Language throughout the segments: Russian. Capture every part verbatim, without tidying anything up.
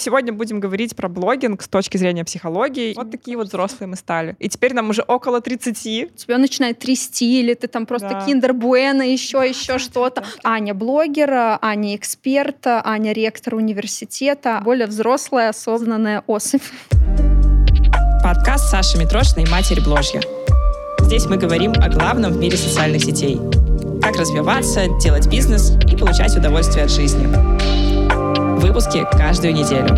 сегодня будем говорить про блогинг с точки зрения психологии. Вот такие вот взрослые мы стали. И теперь нам уже около тридцати. Тебя начинает трясти, или ты там просто Да. киндер Буэна, еще, еще да, что-то. да. Аня блогер, Аня эксперт, Аня ректор университета. Более взрослая, осознанная особь. Подкаст Саши Митрошиной «Матерь Бложья». Здесь мы говорим о главном в мире социальных сетей. Как развиваться, делать бизнес и получать удовольствие от жизни. Выпуски каждую неделю.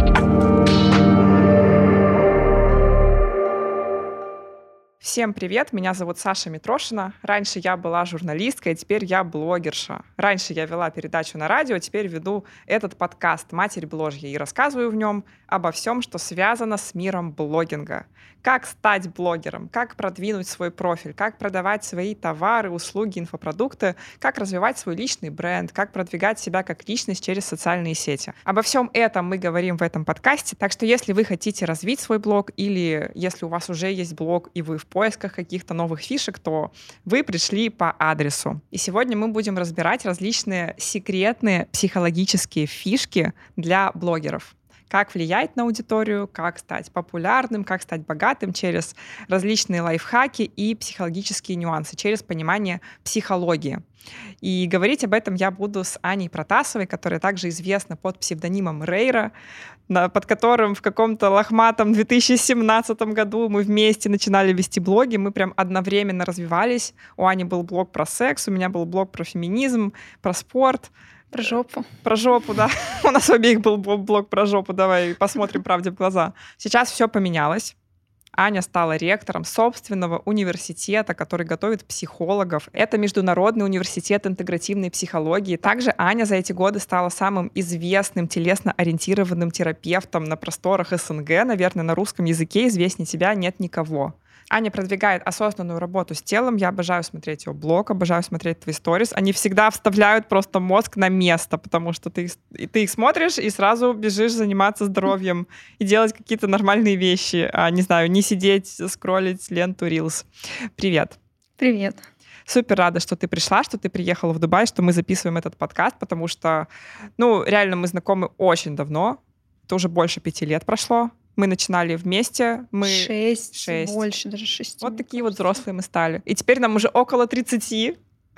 Всем привет, меня зовут Саша Митрошина. Раньше я была журналисткой, а теперь я блогерша. Раньше я вела передачу на радио, теперь веду этот подкаст «Матерь Бложья» и рассказываю в нем обо всем, что связано с миром блогинга. Как стать блогером, как продвинуть свой профиль, как продавать свои товары, услуги, инфопродукты, как развивать свой личный бренд, как продвигать себя как личность через социальные сети. Обо всем этом мы говорим в этом подкасте, так что если вы хотите развить свой блог или если у вас уже есть блог и вы в поисках каких-то новых фишек, то вы пришли по адресу. И сегодня мы будем разбирать различные секретные психологические фишки для блогеров. Как влиять на аудиторию, как стать популярным, как стать богатым через различные лайфхаки и психологические нюансы, через понимание психологии. И говорить об этом я буду с Аней Протасовой, которая также известна под псевдонимом Рейра, под которым в каком-то лохматом две тысячи семнадцатом году мы вместе начинали вести блоги, мы прям одновременно развивались. У Ани был блог про секс, у меня был блог про феминизм, про спорт. Про жопу. Про жопу, да. У нас у обеих был блог про жопу. Давай посмотрим правде в глаза. Сейчас все поменялось. Аня стала ректором собственного университета, который готовит психологов. Это Международный университет интегративной психологии. Также Аня за эти годы стала самым известным телесно-ориентированным терапевтом на просторах СНГ. Наверное, на русском языке известнее тебя нет никого. Аня продвигает осознанную работу с телом. Я обожаю смотреть ее блог, обожаю смотреть твои сторис. Они всегда вставляют просто мозг на место, потому что ты, ты их смотришь и сразу бежишь заниматься здоровьем и делать какие-то нормальные вещи, а, не знаю, не сидеть, скроллить ленту Reels. Привет. Привет. Супер рада, что ты пришла, что ты приехала в Дубай, что мы записываем этот подкаст, потому что, ну, реально мы знакомы очень давно. Это уже больше пяти лет прошло. Мы начинали вместе. Мы... Шесть, Шесть. Больше даже шести. Вот такие вот взрослые мы стали. И теперь нам уже около тридцати.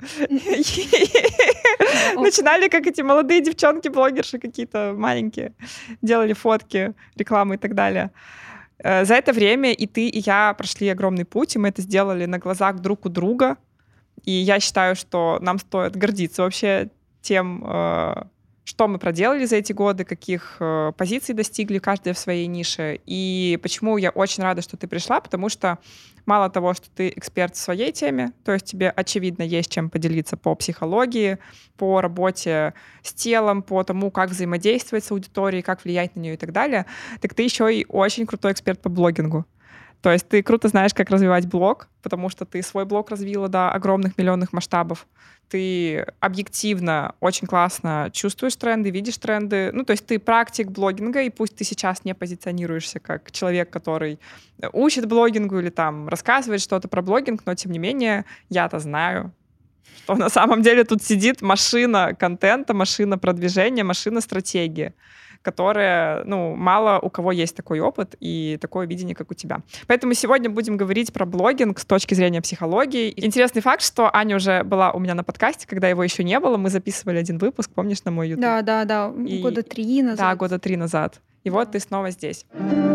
Начинали как эти молодые девчонки-блогерши какие-то маленькие. Делали фотки, рекламу и так далее. За это время и ты, и я прошли огромный путь, и мы это сделали на глазах друг у друга. И я считаю, что нам стоит гордиться вообще тем, что мы проделали за эти годы, каких э, позиций достигли, каждая в своей нише. И почему я очень рада, что ты пришла, потому что мало того, что ты эксперт в своей теме, то есть тебе, очевидно, есть чем поделиться по психологии, по работе с телом, по тому, как взаимодействовать с аудиторией, как влиять на нее и так далее, так ты еще и очень крутой эксперт по блогингу. То есть ты круто знаешь, как развивать блог, потому что ты свой блог развила до огромных миллионных масштабов. Ты объективно очень классно чувствуешь тренды, видишь тренды. Ну, то есть ты практик блогинга, и пусть ты сейчас не позиционируешься как человек, который учит блогингу или там рассказывает что-то про блогинг, но тем не менее я-то знаю, что на самом деле тут сидит машина контента, машина продвижения, машина стратегии, которая, ну, мало у кого есть такой опыт и такое видение, как у тебя. Поэтому сегодня будем говорить про блогинг с точки зрения психологии. Интересный факт, что Аня уже была у меня на подкасте, когда его еще не было. Мы записывали один выпуск, помнишь, на мой YouTube? Да, да, да. И... Года три назад. Да, года три назад. И да. Вот ты снова здесь.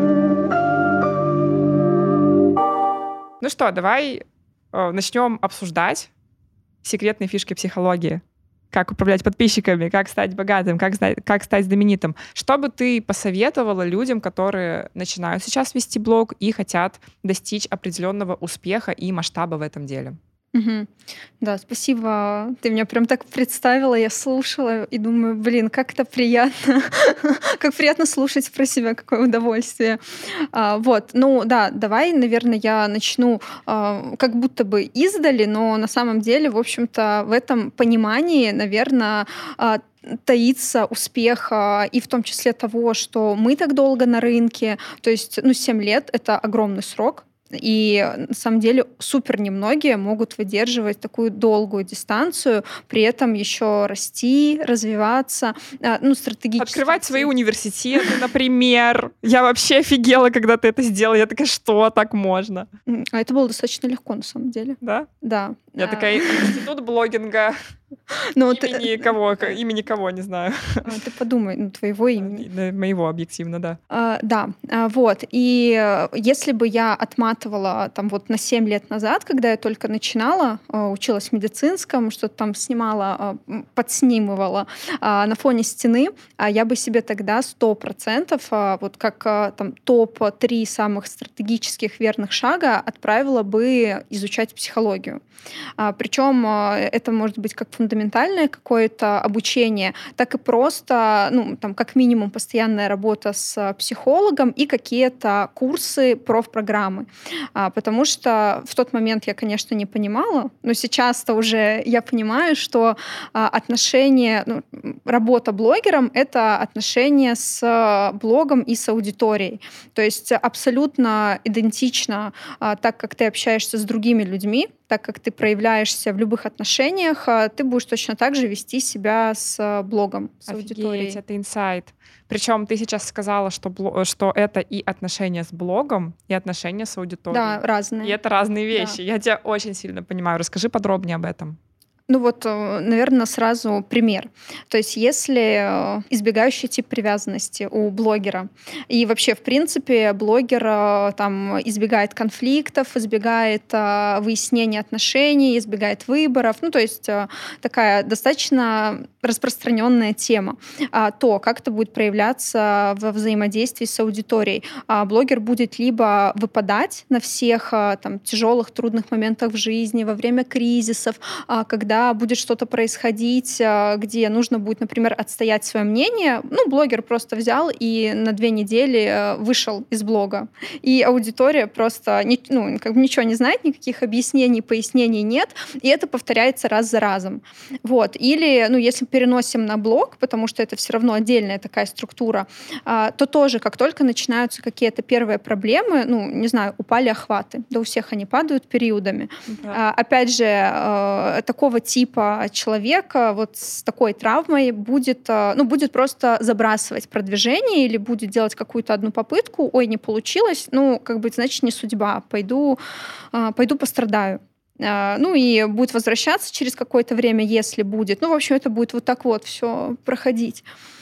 Ну что, давай э, начнем обсуждать секретные фишки психологии. Как управлять подписчиками, как стать богатым, как, стать, как стать знаменитым. Что бы ты посоветовала людям, которые начинают сейчас вести блог и хотят достичь определенного успеха и масштаба в этом деле? Угу. Да, спасибо. Ты меня прям так представила, я слушала и думаю, блин, как это приятно. Как приятно слушать про себя, какое удовольствие. А, вот, ну да, давай, наверное, я начну а, как будто бы издали, но на самом деле, в общем-то, в этом понимании, наверное, а, таится успех, и в том числе того, что мы так долго на рынке, то есть, ну, семь лет — это огромный срок. И на самом деле супер немногие могут выдерживать такую долгую дистанцию, при этом еще расти, развиваться, ну, стратегически. Открывать свои университеты, например. Я вообще офигела, когда ты это сделала. Я такая, что так можно? А это было достаточно легко, на самом деле. Да? Да. Я такая, институт блогинга. Ну, имени ты... кого, имени кого, не знаю. А, ты подумай, ну, твоего имени. Моего, объективно, да. А, да, а, вот. И если бы я отматывала там вот на семь лет назад, когда я только начинала, училась в медицинском, что-то там снимала, подснимывала на фоне стены, я бы себе тогда сто процентов вот как там топ три самых стратегических верных шага отправила бы изучать психологию. Причем это может быть как фундаментальное какое-то обучение, так и просто, ну, там, как минимум, постоянная работа с психологом и какие-то курсы, профпрограммы. А, потому что в тот момент я, конечно, не понимала, но сейчас-то уже я понимаю, что а, отношение, ну, работа блогером — это отношение с блогом и с аудиторией. То есть абсолютно идентично, а, так как ты общаешься с другими людьми, так как ты проявляешься в любых отношениях, ты будешь точно так же вести себя с блогом, с Офигеть, аудиторией. Это инсайт. Причем ты сейчас сказала, что, бло... что это и отношения с блогом, и отношения с аудиторией. Да, разные. И это разные вещи. Да. Я тебя очень сильно понимаю. Расскажи подробнее об этом. Ну вот, наверное, сразу пример. То есть если избегающий тип привязанности у блогера, и вообще, в принципе, блогер там избегает конфликтов, избегает выяснения отношений, избегает выборов, ну то есть такая достаточно распространенная тема, то как это будет проявляться во взаимодействии с аудиторией. Блогер будет либо выпадать на всех там тяжелых, трудных моментах в жизни, во время кризисов, когда будет что-то происходить, где нужно будет, например, отстоять свое мнение, ну, блогер просто взял и на две недели вышел из блога. И аудитория просто ну, как бы ничего не знает, никаких объяснений, пояснений нет, и это повторяется раз за разом. Вот. Или, ну, если переносим на блог, потому что это все равно отдельная такая структура, то тоже, как только начинаются какие-то первые проблемы, ну, не знаю, упали охваты, да у всех они падают периодами. Да. Опять же, такого типа человека вот с такой травмой будет, ну, будет просто забрасывать продвижение или будет делать какую-то одну попытку, ой, не получилось, ну, как бы, значит, не судьба, пойду, пойду пострадаю. Ну и будет возвращаться через какое-то время, если будет. Ну, в общем, это будет вот так вот все проходить.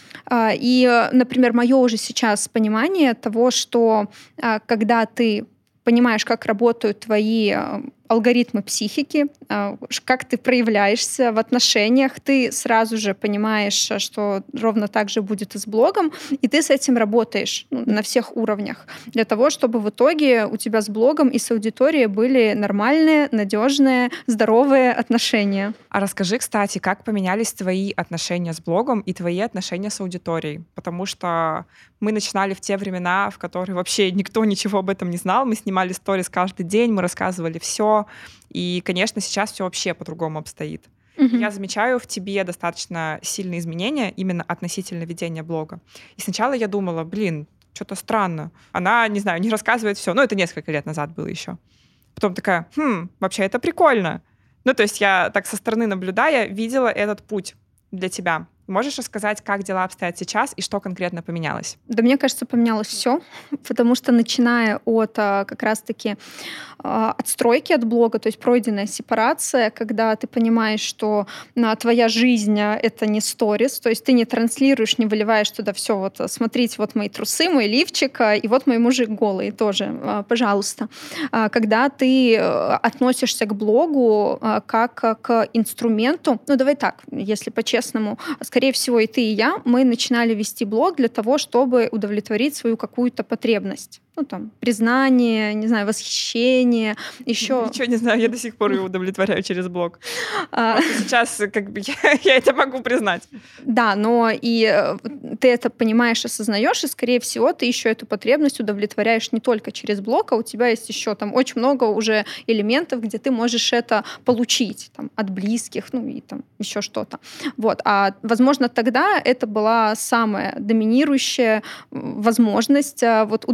И, например, мое уже сейчас понимание того, что когда ты понимаешь, как работают твои алгоритмы психики, как ты проявляешься в отношениях, ты сразу же понимаешь, что ровно так же будет и с блогом, и ты с этим работаешь, ну, на всех уровнях, для того, чтобы в итоге у тебя с блогом и с аудиторией были нормальные, надежные, здоровые отношения. А расскажи, кстати, как поменялись твои отношения с блогом и твои отношения с аудиторией? Потому что мы начинали в те времена, в которые вообще никто ничего об этом не знал, мы снимали сторис каждый день, мы рассказывали все. И, конечно, сейчас все вообще по-другому обстоит. Mm-hmm. Я замечаю в тебе достаточно сильные изменения именно относительно ведения блога. И сначала я думала, блин, что-то странно. Она, не знаю, не рассказывает все. Ну, это несколько лет назад было еще. Потом такая, хм, вообще это прикольно. Ну, то есть я так со стороны наблюдая видела этот путь для тебя. Можешь рассказать, как дела обстоят сейчас и что конкретно поменялось? Да, мне кажется, поменялось все, потому что начиная от как раз-таки отстройки от блога, то есть пройденная сепарация, когда ты понимаешь, что твоя жизнь — это не сторис, то есть ты не транслируешь, не выливаешь туда все, вот смотрите, вот мои трусы, мой лифчик, и вот мой мужик голый тоже, пожалуйста. Когда ты относишься к блогу как к инструменту, ну давай так, если по-честному, скорее всего, и ты, и я, мы начинали вести блог для того, чтобы удовлетворить свою какую-то потребность. Ну, там, признание, не знаю, восхищение, еще... Ничего не знаю, я до сих пор ее удовлетворяю через блог. Просто сейчас как бы я, я это могу признать. Да, но и ты это понимаешь, осознаешь, и, скорее всего, ты еще эту потребность удовлетворяешь не только через блог, а у тебя есть еще там очень много уже элементов, где ты можешь это получить там, от близких, ну и там еще что-то. Вот. А, возможно, тогда это была самая доминирующая возможность вот удовлетворить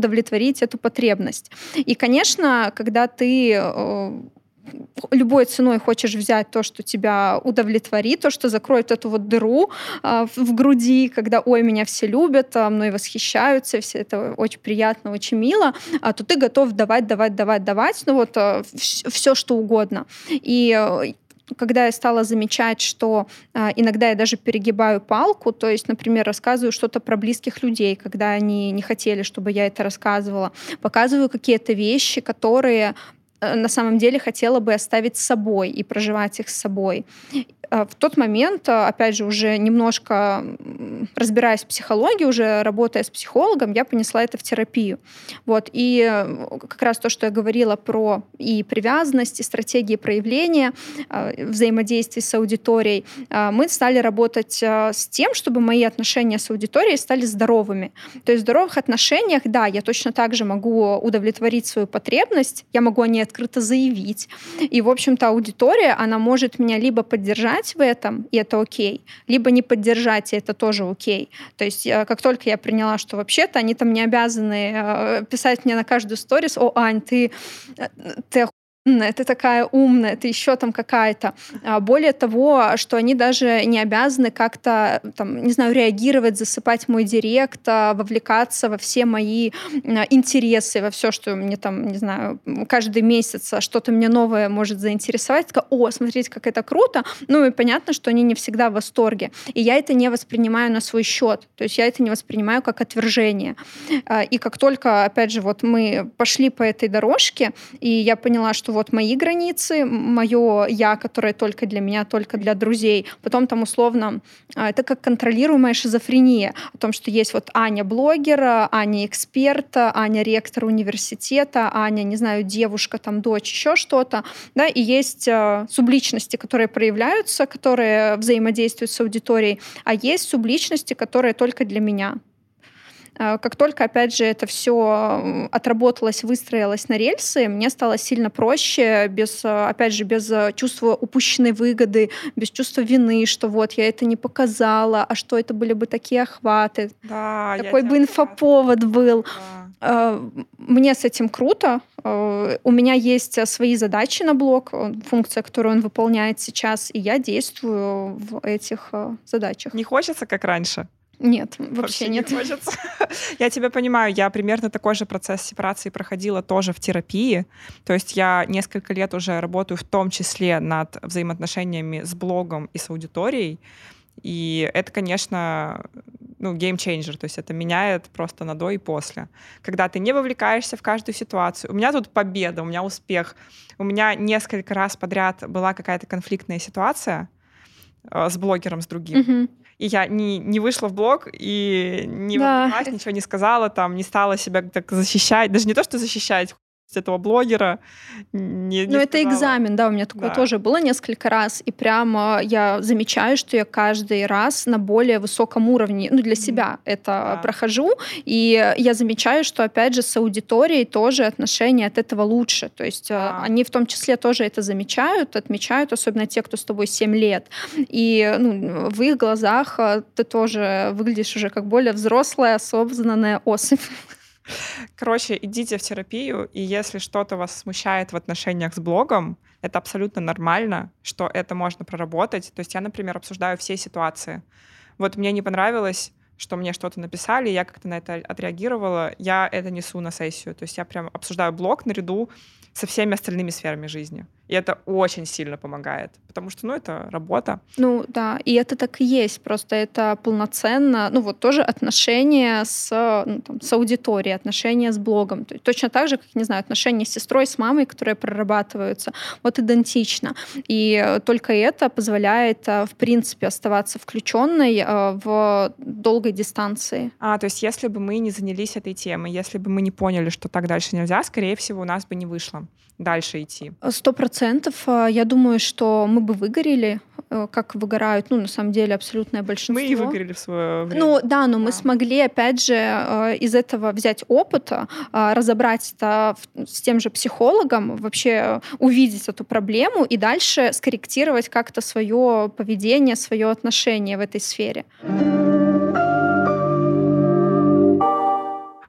удовлетворить эту потребность. И, конечно, когда ты э, любой ценой хочешь взять то, что тебя удовлетворит, то, что закроет эту вот дыру э, в груди, когда, ой, меня все любят, а мной восхищаются, все это очень приятно, очень мило, а, то ты готов давать, давать, давать, давать, ну вот э, все, что угодно. И э, когда я стала замечать, что э, иногда я даже перегибаю палку, то есть, например, рассказываю что-то про близких людей, когда они не хотели, чтобы я это рассказывала, показываю какие-то вещи, которые на самом деле хотела бы оставить с собой и проживать их с собой. В тот момент, опять же, уже немножко разбираясь в психологии, уже работая с психологом, я понесла это в терапию. Вот. И как раз то, что я говорила про и привязанность, и стратегии проявления, взаимодействия с аудиторией, мы стали работать с тем, чтобы мои отношения с аудиторией стали здоровыми. То есть в здоровых отношениях, да, я точно так же могу удовлетворить свою потребность, я могу о ней открыто заявить. И, в общем-то, аудитория, она может меня либо поддержать в этом, и это окей, либо не поддержать, и это тоже окей. То есть как только я приняла, что вообще-то они там не обязаны писать мне на каждую сторис: «О, Ань, ты, ты ты такая умная, ты еще там какая-то». Более того, что они даже не обязаны как-то, там, не знаю, реагировать, засыпать мой директ, вовлекаться во все мои интересы, во все, что мне там, не знаю, каждый месяц что-то мне новое может заинтересовать. Такая: «О, смотрите, как это круто». Ну и понятно, что они не всегда в восторге. И я это не воспринимаю на свой счет. То есть я это не воспринимаю как отвержение. И как только, опять же, вот мы пошли по этой дорожке, и я поняла, что вот мои границы, мое «я», которое только для меня, только для друзей. Потом там условно, это как контролируемая шизофрения. О том, что есть вот Аня блогер, Аня эксперт, Аня ректор университета, Аня, не знаю, девушка, там, дочь, еще что-то. Да, и есть субличности, которые проявляются, которые взаимодействуют с аудиторией, а есть субличности, которые только для меня. Как только, опять же, это все отработалось, выстроилось на рельсы, мне стало сильно проще, без, опять же, без чувства упущенной выгоды, без чувства вины, что вот я это не показала, а что это были бы такие охваты, да, такой бы инфоповод был. Да. Мне с этим круто. У меня есть свои задачи на блог, функция, которую он выполняет сейчас, и я действую в этих задачах. Не хочется, как раньше? Нет, вообще, вообще нет. Не хочется. Я тебя понимаю, я примерно такой же процесс сепарации проходила тоже в терапии. То есть я несколько лет уже работаю в том числе над взаимоотношениями с блогом и с аудиторией. И это, конечно, ну, геймчейнджер, то есть это меняет просто на до и после. Когда ты не вовлекаешься в каждую ситуацию. У меня тут победа, у меня успех. У меня несколько раз подряд была какая-то конфликтная ситуация э, с блогером, с другим. Mm-hmm. И я не, не вышла в блог и не да. вовлеклась, ничего не сказала, там, не стала себя так защищать. Даже не то, что защищать этого блогера. Не, не ну, это экзамен, да, у меня такое да. тоже было несколько раз, и прямо я замечаю, что я каждый раз на более высоком уровне, ну, для себя mm-hmm. это да. прохожу, и я замечаю, что, опять же, с аудиторией тоже отношения от этого лучше, то есть да. они в том числе тоже это замечают, отмечают, особенно те, кто с тобой семь лет, и ну, в их глазах ты тоже выглядишь уже как более взрослая, осознанная особь. Короче, идите в терапию, и если что-то вас смущает в отношениях с блогом, это абсолютно нормально, что это можно проработать. То есть я, например, обсуждаю все ситуации. Вот мне не понравилось, что мне что-то написали, я как-то на это отреагировала, я это несу на сессию. То есть я прям обсуждаю блог наряду со всеми остальными сферами жизни. И это очень сильно помогает, потому что, ну, это работа. Ну, да, и это так и есть. Просто это полноценно, ну, вот тоже отношения с, ну, там, с аудиторией, отношения с блогом. То есть точно так же, как, не знаю, отношения с сестрой, с мамой, которые прорабатываются. Вот идентично. И только это позволяет, в принципе, оставаться включенной в долгой дистанции. А, то есть если бы мы не занялись этой темой, если бы мы не поняли, что так дальше нельзя, скорее всего, у нас бы не вышло дальше идти. Сто процентов. Я думаю, что мы бы выгорели, как выгорают, ну, на самом деле, абсолютное большинство. Мы и выгорели в свое время. Ну, да, но да. мы смогли, опять же, из этого взять опыт, разобрать это с тем же психологом, вообще увидеть эту проблему и дальше скорректировать как-то свое поведение, свое отношение в этой сфере.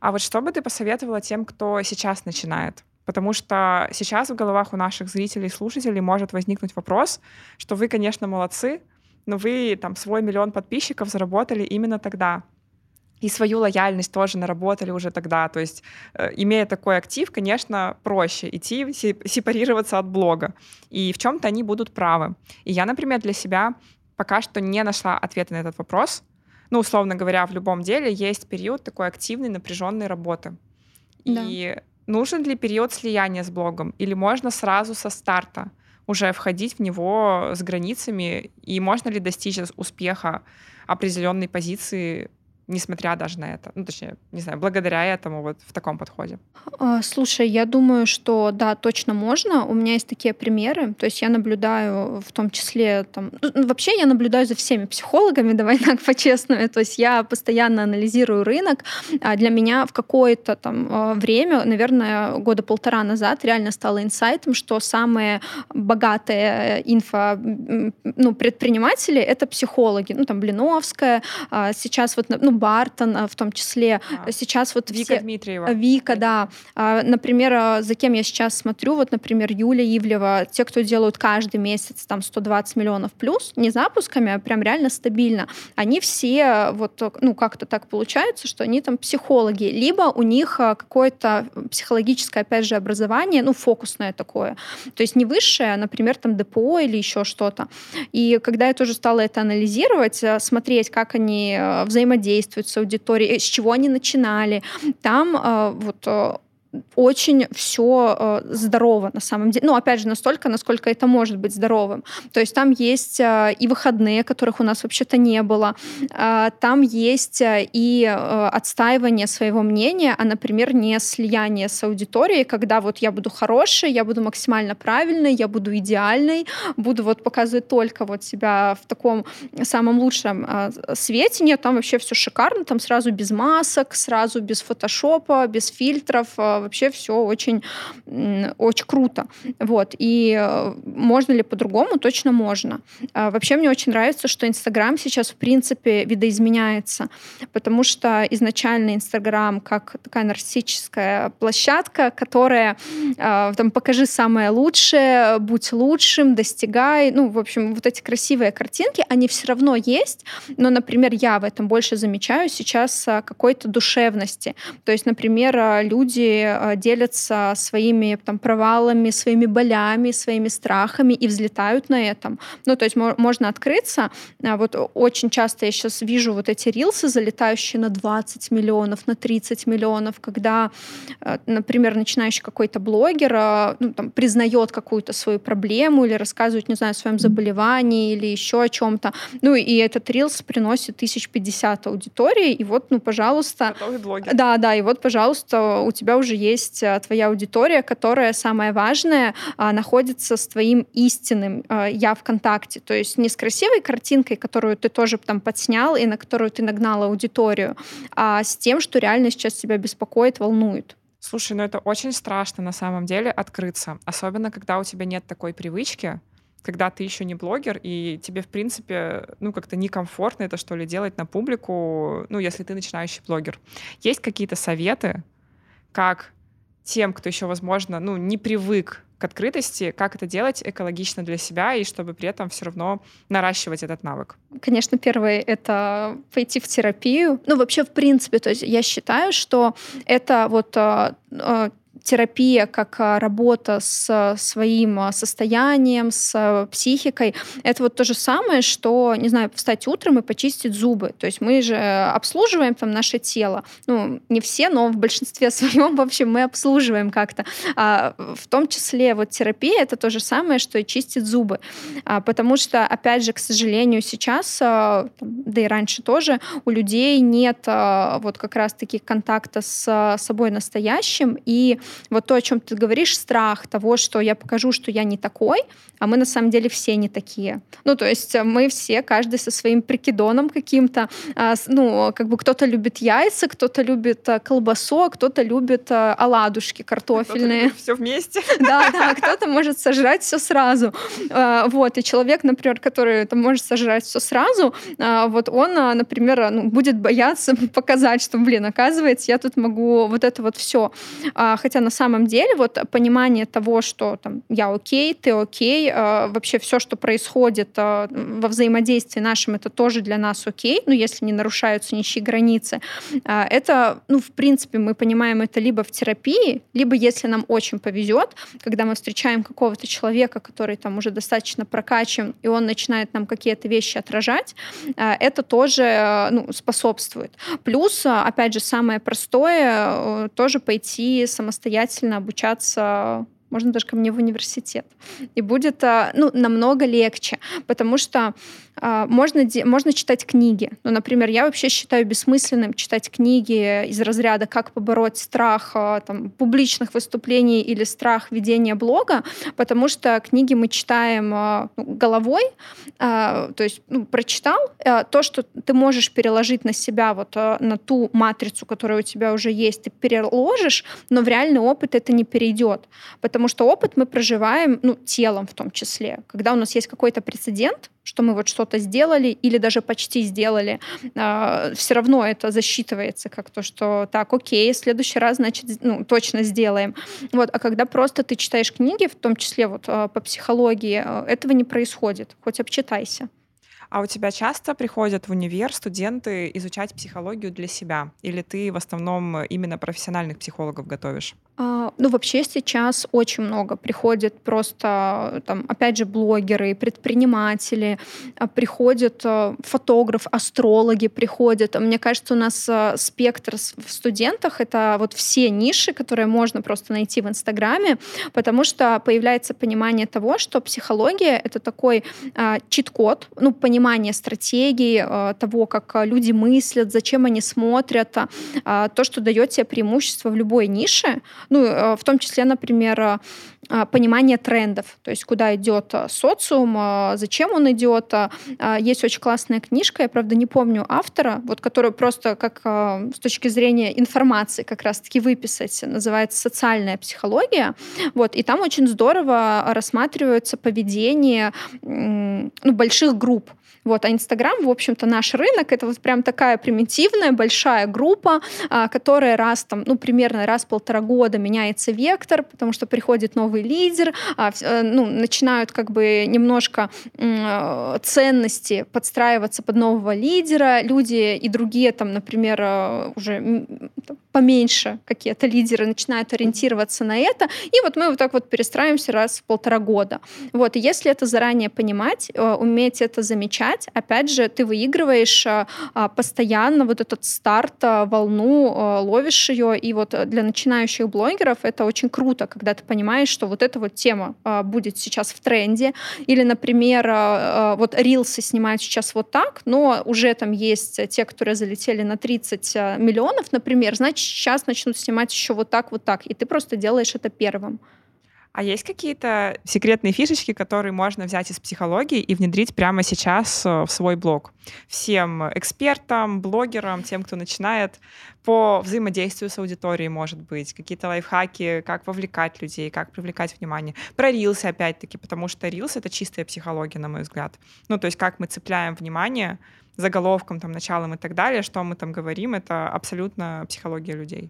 А вот что бы ты посоветовала тем, кто сейчас начинает? Потому что сейчас в головах у наших зрителей и слушателей может возникнуть вопрос, что вы, конечно, молодцы, но вы там свой миллион подписчиков заработали именно тогда. И свою лояльность тоже наработали уже тогда. То есть, э, имея такой актив, конечно, проще идти, се- сепарироваться от блога. И в чем-то они будут правы. И я, например, для себя пока что не нашла ответа на этот вопрос. Ну, условно говоря, в любом деле есть период такой активной, напряженной работы. Да. И нужен ли период слияния с блогом? Или можно сразу со старта уже входить в него с границами? И можно ли достичь успеха определенной позиции, несмотря даже на это? Ну, точнее, не знаю, благодаря этому вот в таком подходе. А, Слушай, я думаю, что да, точно можно. У меня есть такие примеры. То есть я наблюдаю в том числе там... ну, вообще я наблюдаю за всеми психологами, давай так по-честному. То есть я постоянно анализирую рынок. А для меня в какое-то там а, время, наверное, года полтора назад реально стало инсайтом, что самые богатые инфо, ну, предприниматели — это психологи. Ну, там Блиновская, а, сейчас вот, ну, Бартон а, в том числе. А, Сейчас вот Вика все... Дмитриева. Вика, да. А, Например, а, за кем я сейчас смотрю, вот, например, Юля Ивлева, те, кто делают каждый месяц там сто двадцать миллионов плюс, не запусками, а прям реально стабильно, они все вот, ну, как-то так получается, что они там психологи, либо у них а, какое-то психологическое, опять же, образование, ну, фокусное такое, то есть не высшее, а, например, там ДПО или еще что-то. И когда я тоже стала это анализировать, а, смотреть, как они а, взаимодействуют с аудиторией, с чего они начинали, там а, вот а, очень все э, здорово на самом деле. Ну, опять же, настолько, насколько это может быть здоровым. То есть там есть э, и выходные, которых у нас вообще-то не было. Э, там есть э, и э, отстаивание своего мнения, а, например, не слияние с аудиторией, когда вот я буду хорошей, я буду максимально правильной, я буду идеальной, буду вот показывать только вот себя в таком самом лучшем э, свете. Нет, там вообще все шикарно, там сразу без масок, сразу без фотошопа, без фильтров, э, вообще все очень, очень круто. Вот. И можно ли по-другому? Точно можно. Вообще мне очень нравится, что Инстаграм сейчас в принципе видоизменяется, потому что изначально Инстаграм как такая нарциссическая площадка, которая там покажи самое лучшее, будь лучшим, достигай. Ну, в общем, вот эти красивые картинки, они все равно есть, но, например, я в этом больше замечаю сейчас какой-то душевности. То есть, например, люди делятся своими там провалами, своими болями, своими страхами и взлетают на этом. Ну, то есть можно открыться. Вот очень часто я сейчас вижу вот эти рилсы, залетающие на двадцать миллионов, на тридцать миллионов, когда, например, начинающий какой-то блогер, ну, там, признает какую-то свою проблему или рассказывает, не знаю, о своем заболевании или еще о чем-то. Ну, и этот рилс приносит тысяч пятьдесят аудитории, и вот, ну, пожалуйста... Готовый блогер. Да, да, и вот, пожалуйста, у тебя уже есть твоя аудитория, которая, самое важное, находится с твоим истинным «я» ВКонтакте. То есть не с красивой картинкой, которую ты тоже там подснял и на которую ты нагнал аудиторию, а с тем, что реально сейчас тебя беспокоит, волнует. Слушай, ну это очень страшно на самом деле открыться. Особенно, когда у тебя нет такой привычки, когда ты еще не блогер, и тебе, в принципе, ну, как-то некомфортно это, что ли, делать на публику, ну, если ты начинающий блогер. Есть какие-то советы, как тем, кто еще, возможно, ну, не привык к открытости, как это делать экологично для себя и чтобы при этом все равно наращивать этот навык? Конечно, первое — это пойти в терапию. Ну, вообще, в принципе, то есть я считаю, что это вот терапия как работа с своим состоянием, с психикой, это вот то же самое, что, не знаю, встать утром и почистить зубы. То есть мы же обслуживаем там наше тело. Ну, не все, но в большинстве своем, в общем, мы обслуживаем как-то. А в том числе вот терапия — это то же самое, что и чистить зубы. А потому что, опять же, к сожалению, сейчас, да и раньше тоже, у людей нет вот как раз-таки контакта с собой настоящим, и вот то, о чем ты говоришь, страх того, что я покажу, что я не такой, а мы на самом деле все не такие. Ну, то есть мы все, каждый со своим прикидоном каким-то. Ну, как бы кто-то любит яйца, кто-то любит колбасу, а кто-то любит оладушки картофельные. Все вместе. Да, да, кто-то может сожрать все сразу. Вот, и человек, например, который там, может сожрать все сразу, вот он, например, ну, будет бояться показать, что, блин, оказывается, я тут могу вот это вот все. Хотя на самом деле вот понимание того, что там я окей, ты окей, вообще все, что происходит во взаимодействии нашем, это тоже для нас окей, ну, если не нарушаются ничьи границы. Это, ну, в принципе, мы понимаем это либо в терапии, либо если нам очень повезет, когда мы встречаем какого-то человека, который там уже достаточно прокачан, и он начинает нам какие-то вещи отражать, это тоже, ну, способствует. Плюс, опять же, самое простое, тоже пойти самостоятельно обучаться, можно даже ко мне в университет. И будет, ну, намного легче, потому что э, можно, можно читать книги. Ну, например, я вообще считаю бессмысленным читать книги из разряда «Как побороть страх э, там, публичных выступлений» или «Страх ведения блога», потому что книги мы читаем э, головой, э, то есть ну, прочитал, э, то, что ты можешь переложить на себя, вот, э, на ту матрицу, которая у тебя уже есть, ты переложишь, но в реальный опыт это не перейдет, потому Потому что опыт мы проживаем, ну, телом в том числе. Когда у нас есть какой-то прецедент, что мы вот что-то сделали или даже почти сделали, э, все равно это засчитывается как то, что так, окей, в следующий раз, значит, ну, точно сделаем. Вот. А когда просто ты читаешь книги, в том числе вот, э, по психологии, э, этого не происходит. Хоть обчитайся. А у тебя часто приходят в универ студенты изучать психологию для себя? Или ты в основном именно профессиональных психологов готовишь? А, ну, вообще сейчас очень много приходят просто, там, опять же, блогеры, предприниматели, а, приходят а, фотограф, астрологи приходят. Мне кажется, у нас а, спектр в студентах — это вот все ниши, которые можно просто найти в Инстаграме, потому что появляется понимание того, что психология — это такой а, чит-код, ну, понимание стратегии, а, того, как люди мыслят, зачем они смотрят, а, то, что дает тебе преимущество в любой нише. Ну, в том числе, например, понимание трендов, то есть куда идет социум, зачем он идет. Есть очень классная книжка, я, правда, не помню автора, вот, которую просто как с точки зрения информации как раз-таки выписать, называется «Социальная психология». Вот, и там очень здорово рассматривается поведение ну, больших групп. Вот, а Инстаграм, в общем-то, наш рынок — это вот прям такая примитивная большая группа, а, которая раз там, ну, примерно раз в полтора года меняется вектор, потому что приходит новый лидер, а, ну, начинают как бы немножко м, ценности подстраиваться под нового лидера, люди и другие там, например, уже м, поменьше какие-то лидеры начинают ориентироваться на это, и вот мы вот так вот перестраиваемся раз в полтора года. Вот, и если это заранее понимать, уметь это замечать, опять же, ты выигрываешь постоянно вот этот старт, волну, ловишь ее, и вот для начинающих блогеров это очень круто, когда ты понимаешь, что вот эта вот тема будет сейчас в тренде, или, например, вот рилсы снимают сейчас вот так, но уже там есть те, которые залетели на тридцать миллионов, например, значит, сейчас начнут снимать еще вот так, вот так, и ты просто делаешь это первым. А есть какие-то секретные фишечки, которые можно взять из психологии и внедрить прямо сейчас в свой блог? Всем экспертам, блогерам, тем, кто начинает, по взаимодействию с аудиторией, может быть, какие-то лайфхаки, как вовлекать людей, как привлекать внимание. Про рилсы, опять-таки, потому что рилс — это чистая психология, на мой взгляд. Ну, то есть как мы цепляем внимание заголовком, там, началом и так далее, что мы там говорим, это абсолютно психология людей.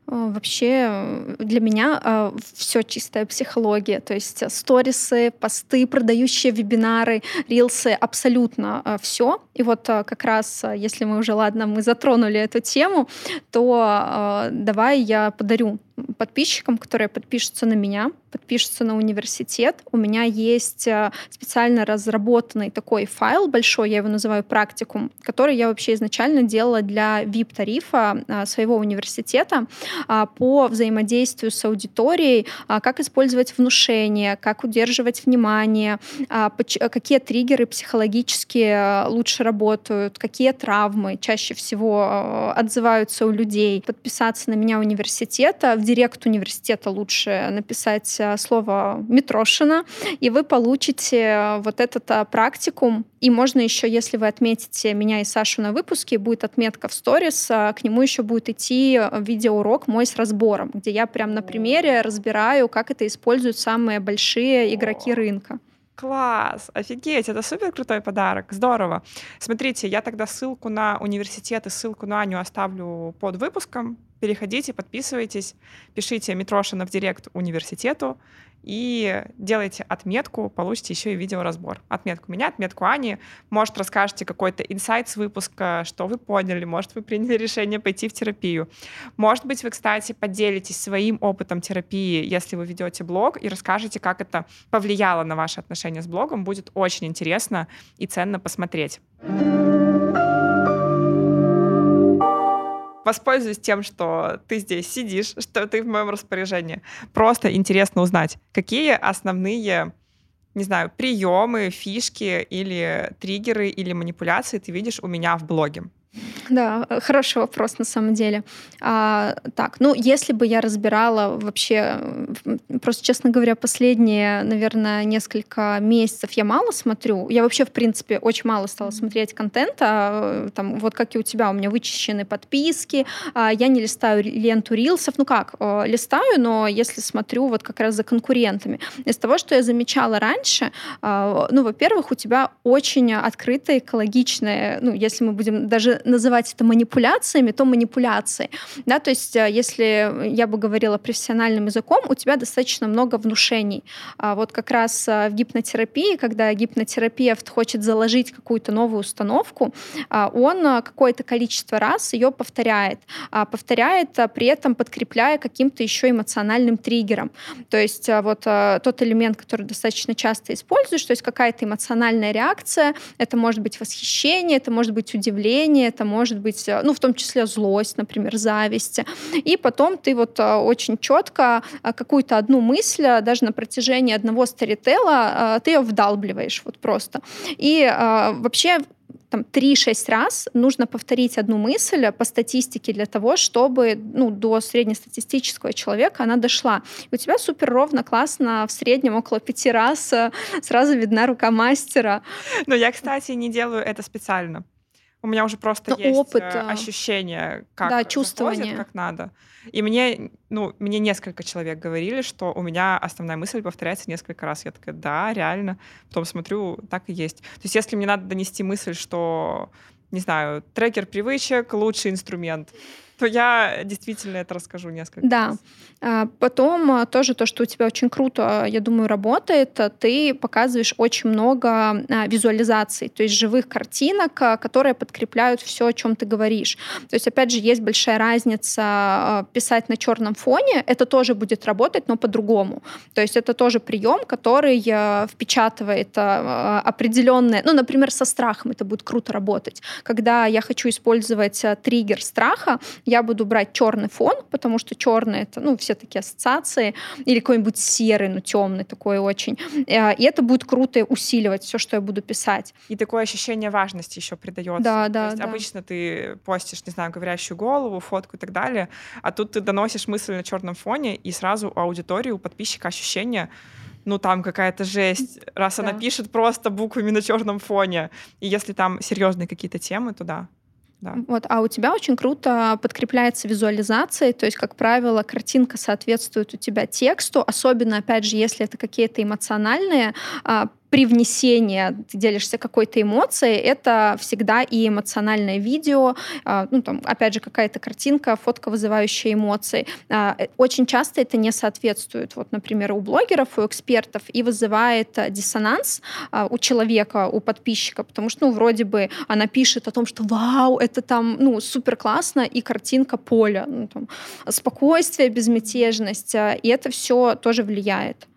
Вообще для меня э, все чистая психология, то есть сторисы, посты, продающие вебинары, рилсы, абсолютно э, все. И вот э, как раз, если мы уже, ладно, мы затронули эту тему, то э, давай я подарю подписчикам, которые подпишутся на меня, подпишутся на университет. У меня есть специально разработанный такой файл большой, я его называю «Практикум», который я вообще изначально делала для ви ай пи-тарифа своего университета по взаимодействию с аудиторией, как использовать внушение, как удерживать внимание, какие триггеры психологически лучше работают, какие травмы чаще всего отзываются у людей. Подписаться на меня университета, в директ директ университета лучше написать слово Митрошина, и вы получите вот этот практикум. И можно еще, если вы отметите меня и Сашу на выпуске, будет отметка в сторис, к нему еще будет идти видеоурок мой с разбором, где я прям на примере разбираю, как это используют самые большие игроки рынка. Класс! Офигеть! Это супер крутой подарок. Здорово. Смотрите, я тогда ссылку на университет и ссылку на Аню оставлю под выпуском. Переходите, подписывайтесь, пишите Митрошина в директ университету и делайте отметку, получите еще и видеоразбор. Отметку меня, отметку Ани. Может, расскажете какой-то инсайт с выпуска, что вы поняли, может, вы приняли решение пойти в терапию. Может быть, вы, кстати, поделитесь своим опытом терапии, если вы ведете блог, и расскажете, как это повлияло на ваши отношения с блогом. Будет очень интересно и ценно посмотреть. Воспользуюсь тем, что ты здесь сидишь, что ты в моем распоряжении. Просто интересно узнать, какие основные, не знаю, приемы, фишки или триггеры или манипуляции ты видишь у меня в блоге. Да, хороший вопрос на самом деле. А, так, ну, если бы я разбирала вообще, просто, честно говоря, последние, наверное, несколько месяцев я мало смотрю. Я вообще, в принципе, очень мало стала смотреть контента. Там, вот как и у тебя, у меня вычищены подписки, я не листаю ленту рилсов. Ну как, листаю, но если смотрю вот как раз за конкурентами. Из того, что я замечала раньше, ну, во-первых, у тебя очень открытая, экологичная, ну, если мы будем даже называть это манипуляциями, то манипуляции. Да, то есть если я бы говорила профессиональным языком, у тебя достаточно много внушений. А вот как раз в гипнотерапии, когда гипнотерапевт хочет заложить какую-то новую установку, он какое-то количество раз ее повторяет. Повторяет, при этом подкрепляя каким-то еще эмоциональным триггером. То есть вот тот элемент, который достаточно часто используешь, то есть какая-то эмоциональная реакция, это может быть восхищение, это может быть удивление, это может быть, ну, в том числе злость, например, зависть. И потом ты вот очень четко какую-то одну мысль, даже на протяжении одного сторителла, ты ее вдалбливаешь вот просто. И вообще там три-шесть раз нужно повторить одну мысль по статистике для того, чтобы ну, до среднестатистического человека она дошла. И у тебя супер ровно, классно, в среднем около пяти раз сразу видна рука мастера. Но я, кстати, не делаю это специально. У меня уже просто Но есть опыт, ощущение, как да, чувствование, как надо. И мне, ну, мне несколько человек говорили, что у меня основная мысль повторяется несколько раз. Я такая, да, реально. Потом смотрю, так и есть. То есть если мне надо донести мысль, что, не знаю, трекер привычек — лучший инструмент, то я действительно это расскажу несколько да. раз. Потом тоже то, что у тебя очень круто, я думаю, работает, ты показываешь очень много визуализаций, то есть живых картинок, которые подкрепляют все, о чем ты говоришь. То есть, опять же, есть большая разница писать на черном фоне, это тоже будет работать, но по-другому. То есть это тоже прием, который впечатывает определенные, ну, например, со страхом это будет круто работать. Когда я хочу использовать триггер страха, я буду брать черный фон, потому что черный — это, ну, все такие ассоциации, или какой-нибудь серый, ну, темный такой очень. И это будет круто усиливать все, что я буду писать. И такое ощущение важности еще придается. Да, То да, есть да. обычно ты постишь, не знаю, говорящую голову, фотку и так далее, а тут ты доносишь мысль на черном фоне, и сразу у аудитории, у подписчика ощущение, ну, там какая-то жесть, раз да. она пишет просто буквами на черном фоне. И если там серьезные какие-то темы, то да. Да. Вот, а у тебя очень круто подкрепляется визуализацией, то есть, как правило, картинка соответствует у тебя тексту, особенно, опять же, если это какие-то эмоциональные привнесение, ты делишься какой-то эмоцией, это всегда и эмоциональное видео, ну, там, опять же, какая-то картинка, фотка, вызывающая эмоции. Очень часто это не соответствует, вот, например, у блогеров, у экспертов, и вызывает диссонанс у человека, у подписчика, потому что, ну, вроде бы она пишет о том, что вау, это там, ну, супер классно, и картинка поля, ну, там, спокойствие, безмятежность, и это все тоже влияет.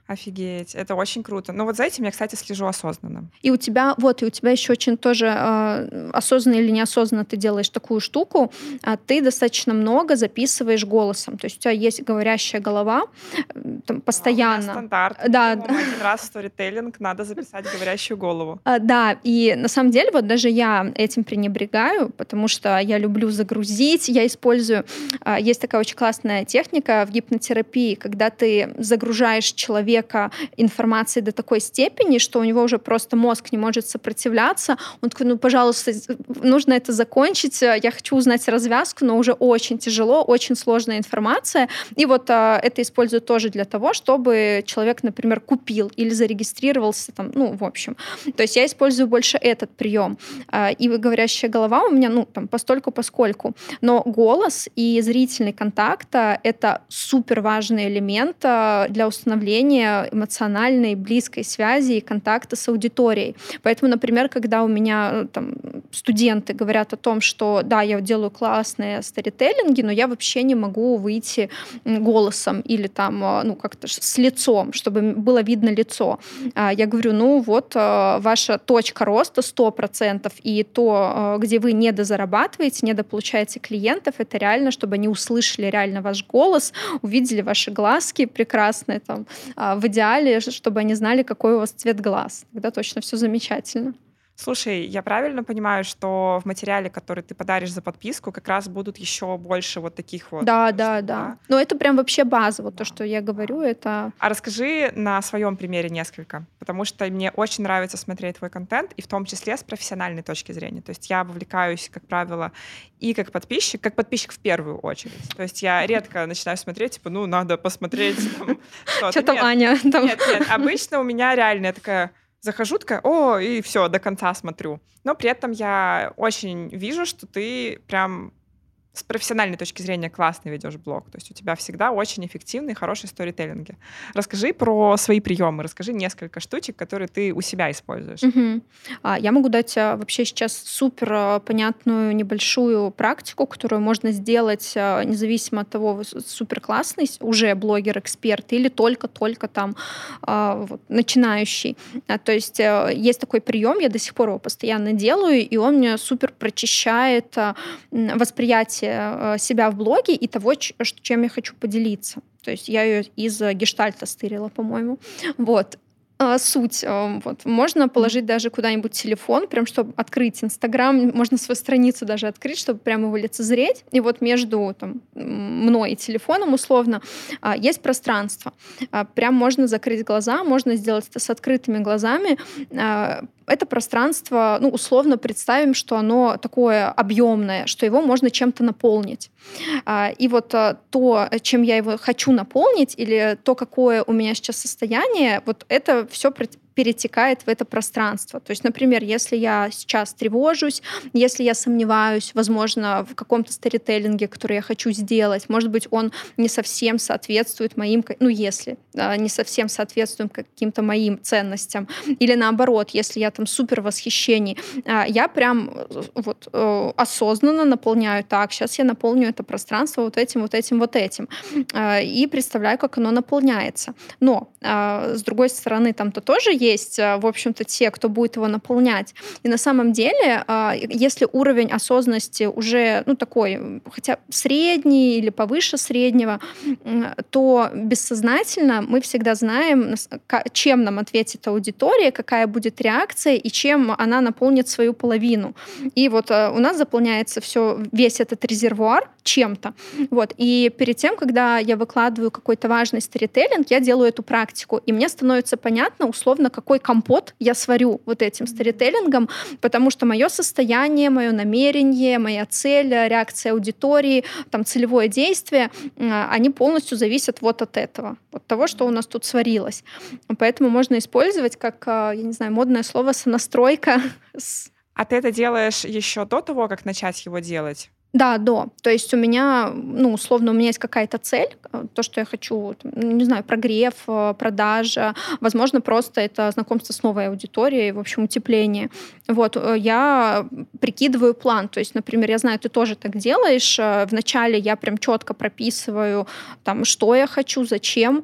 Офигеть, это очень круто. Ну вот за этим я, кстати, слежу осознанно. И у тебя, вот, и у тебя еще очень тоже э, осознанно или неосознанно ты делаешь такую штуку, а ты достаточно много записываешь голосом. То есть у тебя есть говорящая голова э, там, постоянно. Да, стандарт. Да. Один раз в сторителлинг надо записать говорящую голову. А, да, и на самом деле вот даже я этим пренебрегаю, потому что я люблю загрузить, я использую... А, есть такая очень классная техника в гипнотерапии, когда ты загружаешь человека информации до такой степени, что у него уже просто мозг не может сопротивляться. Он такой, ну, пожалуйста, нужно это закончить, я хочу узнать развязку, но уже очень тяжело, очень сложная информация. И вот а, это использую тоже для того, чтобы человек, например, купил или зарегистрировался там, ну, в общем. То есть я использую больше этот прием. А, и говорящая голова у меня, ну, там, постольку-поскольку. Но голос и зрительный контакт — это супер важный элемент для установления эмоциональной, близкой связи и контакта с аудиторией. Поэтому, например, когда у меня там, студенты говорят о том, что да, я делаю классные сторителлинги, но я вообще не могу выйти голосом или там, ну, как-то с лицом, чтобы было видно лицо. Я говорю, ну вот, ваша точка роста сто процентов, и то, где вы недозарабатываете, недополучаете клиентов, это реально, чтобы они услышали реально ваш голос, увидели ваши глазки прекрасные, там, в идеале, чтобы они знали, какой у вас цвет глаз. Тогда точно все замечательно. Слушай, я правильно понимаю, что в материале, который ты подаришь за подписку, как раз будут еще больше вот таких вот... Да, штук, да, да. Но это прям вообще база. Вот да. То, что я говорю, это... А расскажи на своем примере несколько, потому что мне очень нравится смотреть твой контент, и в том числе с профессиональной точки зрения. То есть я вовлекаюсь, как правило, и как подписчик, как подписчик в первую очередь. То есть я редко начинаю смотреть, типа, ну, надо посмотреть там, что-то. Что там Аня? Там... Нет, нет, обычно у меня реально я такая... Захожу, такая, о, и все, до конца смотрю. Но при этом я очень вижу, что ты прям с профессиональной точки зрения классно ведешь блог. То есть у тебя всегда очень эффективные, хорошие сторителлинги. Расскажи про свои приемы, расскажи несколько штучек, которые ты у себя используешь. Угу. А, я могу дать а, вообще сейчас супер понятную небольшую практику, которую можно сделать а, независимо от того, супер классный уже блогер-эксперт или только-только там а, вот, начинающий. А, то есть а, есть такой прием, я до сих пор его постоянно делаю, и он мне супер прочищает а, восприятие себя в блоге и того, чем я хочу поделиться. То есть я ее из гештальта стырила, по-моему. Вот. Суть. Вот. Можно положить даже куда-нибудь телефон, прям чтобы открыть Инстаграм, можно свою страницу даже открыть, чтобы прямо его лицезреть. И вот между там, мной и телефоном условно есть пространство. Прям можно закрыть глаза, можно сделать это с открытыми глазами. Это пространство, ну, условно представим, что оно такое объемное, что его можно чем-то наполнить. И вот то, чем я его хочу наполнить, или то, какое у меня сейчас состояние, вот это все перетекает в это пространство. То есть, например, если я сейчас тревожусь, если я сомневаюсь, возможно, в каком-то сторителлинге, который я хочу сделать, может быть, он не совсем соответствует моим, ну, если да, не совсем соответствует каким-то моим ценностям, или наоборот, если я там супер в восхищении, я прям вот осознанно наполняю так, сейчас я наполню это пространство вот этим, вот этим, вот этим, и представляю, как оно наполняется. Но, с другой стороны, там-то тоже есть есть, в общем-то, те, кто будет его наполнять. И на самом деле, если уровень осознанности уже, ну, такой, хотя средний или повыше среднего, то бессознательно мы всегда знаем, чем нам ответит аудитория, какая будет реакция и чем она наполнит свою половину. И вот у нас заполняется все, весь этот резервуар чем-то. Вот. И перед тем, когда я выкладываю какой-то важный сторителлинг, я делаю эту практику, и мне становится понятно, условно, какой компот я сварю вот этим сторителлингом, потому что мое состояние, мое намерение, моя цель, реакция аудитории, там, целевое действие, они полностью зависят вот от этого, от того, что у нас тут сварилось. Поэтому можно использовать как, я не знаю, модное слово «сонастройка». А ты это делаешь еще до того, как начать его делать? Да, до. То есть у меня, ну, условно, у меня есть какая-то цель, то, что я хочу, не знаю, прогрев, продажа, возможно, просто это знакомство с новой аудиторией, в общем, утепление. Вот, я прикидываю план. То есть, например, я знаю, ты тоже так делаешь. Вначале я прям четко прописываю, там, что я хочу, зачем,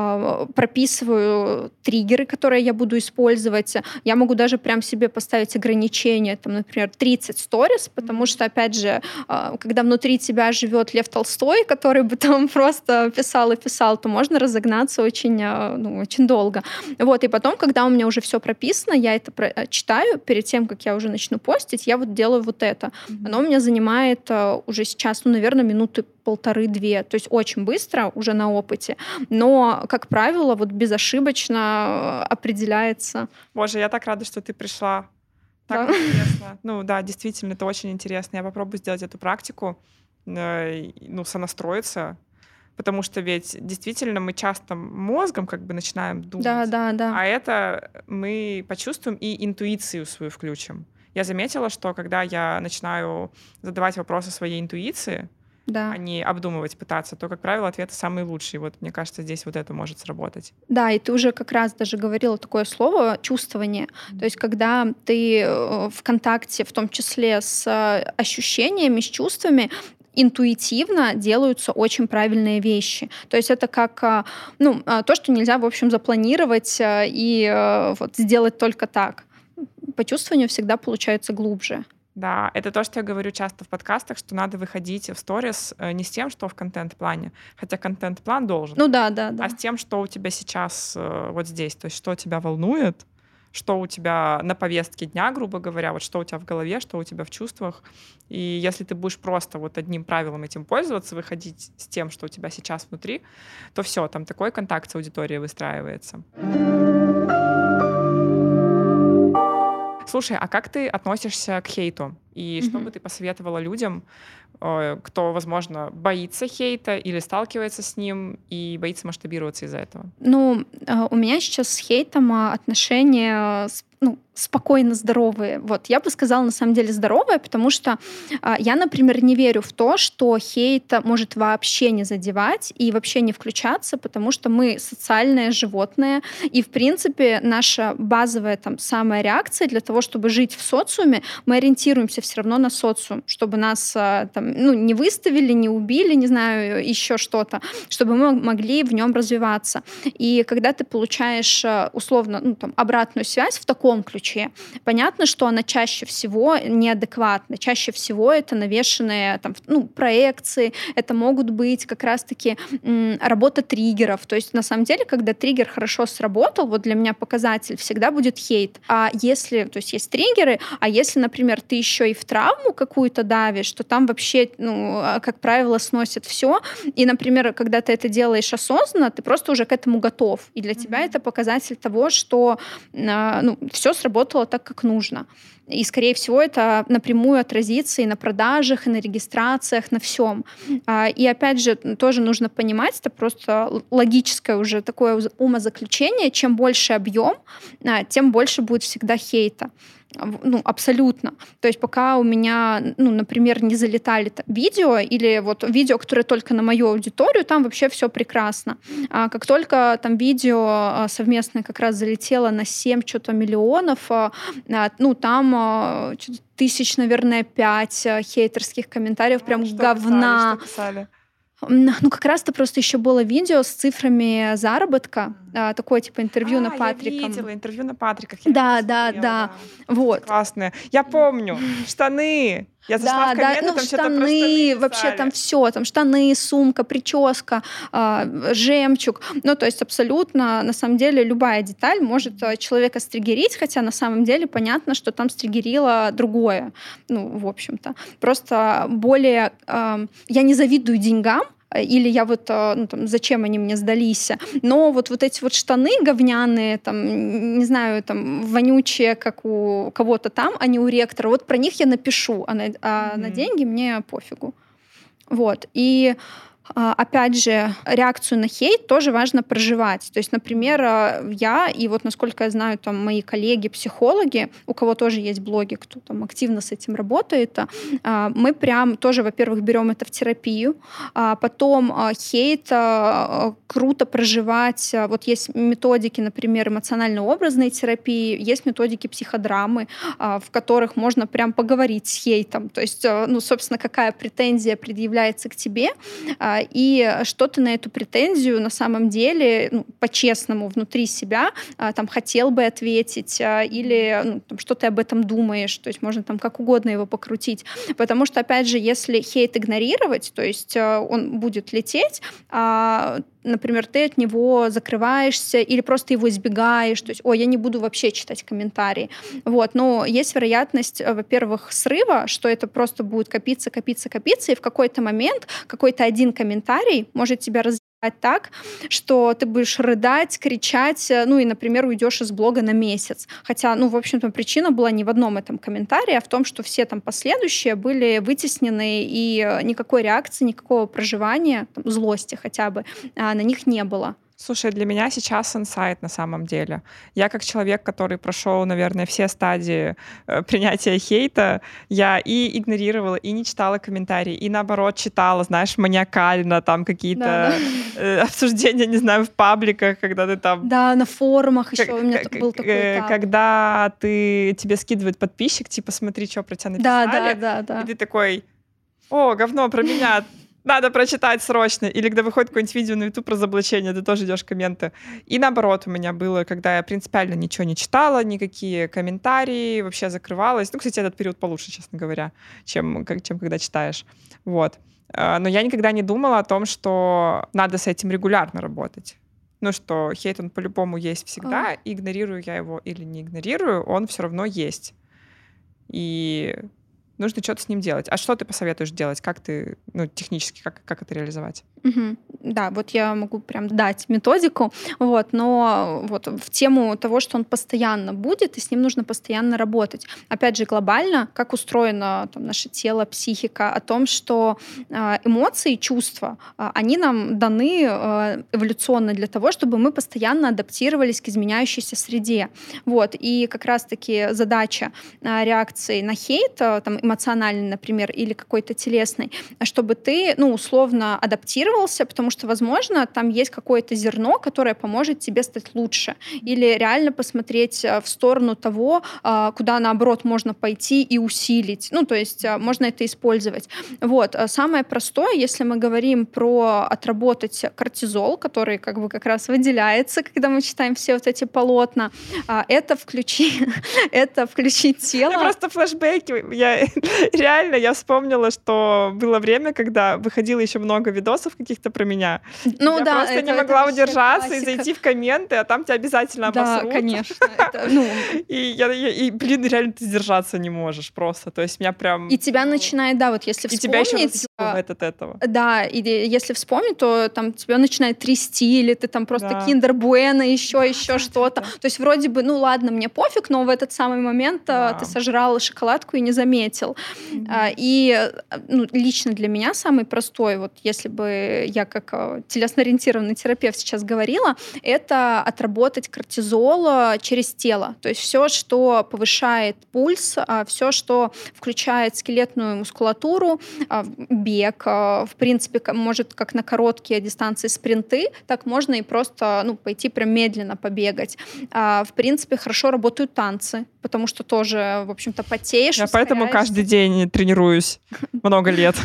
прописываю триггеры, которые я буду использовать. Я могу даже прям себе поставить ограничение, там, например, тридцать сторис, потому что, опять же, когда внутри тебя живет Лев Толстой, который бы там просто писал и писал, то можно разогнаться очень, ну, очень долго. Вот, и потом, когда у меня уже все прописано, я это читаю, перед тем, как я уже начну постить, я вот делаю вот это. Mm-hmm. Оно у меня занимает уже сейчас, ну, наверное, минуты полторы-две, то есть очень быстро, уже на опыте, но, как правило, вот безошибочно определяется. Боже, я так рада, что ты пришла. Так да. Интересно. Ну да, действительно, это очень интересно. Я попробую сделать эту практику, э, ну, сонастроиться, потому что ведь действительно мы часто мозгом как бы начинаем думать, да, да, да. А это мы почувствуем и интуицию свою включим. Я заметила, что когда я начинаю задавать вопросы своей интуиции, да. а не обдумывать пытаться, то, как правило, ответы самые лучшие. Вот мне кажется, здесь вот это может сработать. Да, и ты уже как раз даже говорила такое слово «чувствование». Mm-hmm. То есть когда ты в контакте, в том числе с ощущениями, с чувствами, интуитивно делаются очень правильные вещи. То есть это как, ну, то, что нельзя, в общем, запланировать и вот сделать только так. По чувствованию всегда получается глубже. Да, это то, что я говорю часто в подкастах, что надо выходить в сторис не с тем, что в контент-плане, хотя контент-план должен, ну, да, да, да. а с тем, что у тебя сейчас вот здесь, то есть что тебя волнует, что у тебя на повестке дня, грубо говоря, вот что у тебя в голове, что у тебя в чувствах. И если ты будешь просто вот одним правилом этим пользоваться, выходить с тем, что у тебя сейчас внутри, то все, там такой контакт с аудиторией выстраивается. Слушай, а как ты относишься к хейту? И mm-hmm. что бы ты посоветовала людям, кто, возможно, боится хейта или сталкивается с ним и боится масштабироваться из-за этого? Ну, у меня сейчас с хейтом отношения, ну, спокойно здоровые. Вот, я бы сказала, на самом деле, здоровые, потому что э, я, например, не верю в то, что хейт может вообще не задевать и вообще не включаться, потому что мы социальные животные, и, в принципе, наша базовая там самая реакция для того, чтобы жить в социуме, мы ориентируемся все равно на социум, чтобы нас э, там, ну, не выставили, не убили, не знаю, еще что-то, чтобы мы могли в нем развиваться. И когда ты получаешь, условно, ну, там, обратную связь в таком ключе, понятно, что она чаще всего неадекватна. Чаще всего это навешенные там, ну, проекции, это могут быть как раз-таки м, работа триггеров. То есть на самом деле, когда триггер хорошо сработал, вот для меня показатель всегда будет хейт. А если, то есть есть триггеры, а если, например, ты еще и в травму какую-то давишь, то там вообще, ну, как правило, сносит все. И, например, когда ты это делаешь осознанно, ты просто уже к этому готов. И для mm-hmm. тебя это показатель того, что ну, все сработало так, как нужно. И, скорее всего, это напрямую отразится и на продажах, и на регистрациях, на всем. И, опять же, тоже нужно понимать, это просто логическое уже такое умозаключение, чем больше объем, тем больше будет всегда хейта. Ну, абсолютно. То есть пока у меня, ну, например, не залетали видео или вот видео, которое только на мою аудиторию, там вообще все прекрасно. А как только там видео совместное как раз залетело на семь что-то миллионов, ну, там тысяч, наверное, пять хейтерских комментариев, а, прям что говна. Писали, что писали? Ну, как раз-то просто еще было видео с цифрами заработка, а, такое типа интервью а, на Патриком. Я видела интервью на Патриках. Да, да, да, да. Вот. Классные. Я помню. Штаны. Я зашла да, в комменты, да, ну, там штаны, вообще там все, там штаны, сумка, прическа, э, жемчуг. Ну, то есть абсолютно, на самом деле, любая деталь может человека стригерить, хотя на самом деле понятно, что там стригерило другое. Ну, в общем-то. Просто более... Э, я не завидую деньгам, или я вот, ну, там, зачем они мне сдались. Но вот, вот эти вот штаны говняные, там, не знаю, там, вонючие, как у кого-то там, а не у ректора, вот про них я напишу, а на, а mm-hmm. на деньги мне пофигу. Вот. И Опять же, реакцию на хейт тоже важно проживать. То есть, например, я, и вот насколько я знаю, там мои коллеги-психологи, у кого тоже есть блоги, кто там активно с этим работает, мы прям тоже, во-первых, берем это в терапию, а потом хейт круто проживать. Вот есть методики, например, эмоционально-образной терапии, есть методики психодрамы, в которых можно прям поговорить с хейтом. То есть, ну, собственно, какая претензия предъявляется к тебе, и что ты на эту претензию на самом деле, ну, по-честному, внутри себя там хотел бы ответить, или ну, там, что ты об этом думаешь, то есть можно там как угодно его покрутить. Потому что, опять же, если хейт игнорировать, то есть он будет лететь, а, например, ты от него закрываешься или просто его избегаешь, то есть, ой, я не буду вообще читать комментарии. Вот. Но есть вероятность, во-первых, срыва, что это просто будет копиться, копиться, копиться, и в какой-то момент какой-то один комментарий может тебя разъебать так, что ты будешь рыдать, кричать, ну и, например, уйдешь из блога на месяц. Хотя, ну, в общем-то, причина была не в одном этом комментарии, а в том, что все там последующие были вытеснены, и никакой реакции, никакого проживания, там, злости хотя бы, на них не было. Слушай, для меня сейчас инсайт на самом деле. Я как человек, который прошел, наверное, все стадии э, принятия хейта, я и игнорировала, и не читала комментарии, и наоборот читала, знаешь, маниакально там какие-то да, да. Э, обсуждения, не знаю, в пабликах, когда ты там... Да, на форумах еще как, у меня как, был такой этап. Когда ты, тебе скидывает подписчик, типа, смотри, что про тебя написали. Да, да, да, да. И ты такой, о, говно про меня... Надо прочитать срочно. Или когда выходит какое-нибудь видео на YouTube про разоблачение, ты тоже идешь комменты. И наоборот у меня было, когда я принципиально ничего не читала, никакие комментарии, вообще закрывалась. Ну, кстати, этот период получше, честно говоря, чем, чем когда читаешь. Вот. Но я никогда не думала о том, что надо с этим регулярно работать. Ну, что хейт, он по-любому есть всегда. А. Игнорирую я его или не игнорирую, он все равно есть. И... нужно что-то с ним делать. А что ты посоветуешь делать? Как ты, ну, технически, как, как это реализовать? Угу. Да, вот я могу прям дать методику, вот, но вот в тему того, что он постоянно будет, и с ним нужно постоянно работать. Опять же, глобально, как устроено там, наше тело, психика, о том, что э, эмоции, чувства, э, они нам даны э, эволюционно для того, чтобы мы постоянно адаптировались к изменяющейся среде. Вот, и как раз-таки задача э, реакции на хейт, э, там, эмоциональный, например, или какой-то телесный, чтобы ты, ну, условно адаптировался, потому что, возможно, там есть какое-то зерно, которое поможет тебе стать лучше. Или реально посмотреть в сторону того, куда, наоборот, можно пойти и усилить. Ну, то есть можно это использовать. Вот. Самое простое, если мы говорим про отработать кортизол, который как бы как раз выделяется, когда мы читаем все вот эти полотна, это включи, это включить тело. Просто флешбеки. Я реально, я вспомнила, что было время, когда выходило еще много видосов каких-то про меня. Ну, я да, просто это, не могла это удержаться классика. И зайти в комменты, а там тебя обязательно обосрут. Да, конечно. Это, ну... и, я, я, и, блин, реально ты сдержаться не можешь просто. То есть меня прям... И тебя начинает, да, вот если и вспомнить... И тебя еще разъебывает от этого. Да, и если вспомнить, то там тебя начинает трясти, или ты там просто да. киндер буэна, еще, да, еще да, что-то. Да. То есть вроде бы, ну ладно, мне пофиг, но в этот самый момент да. ты сожрал шоколадку и не заметил. Mm-hmm. И ну, лично для меня самый простой, вот если бы я как телесно-ориентированный терапевт сейчас говорила, это отработать кортизол через тело. То есть все, что повышает пульс, все, что включает скелетную мускулатуру, бег, в принципе, может как на короткие дистанции спринты, так можно и просто ну, пойти прям медленно побегать. В принципе, хорошо работают танцы, потому что тоже, в общем-то, потеешь. Я поэтому каждый день тренируюсь много лет.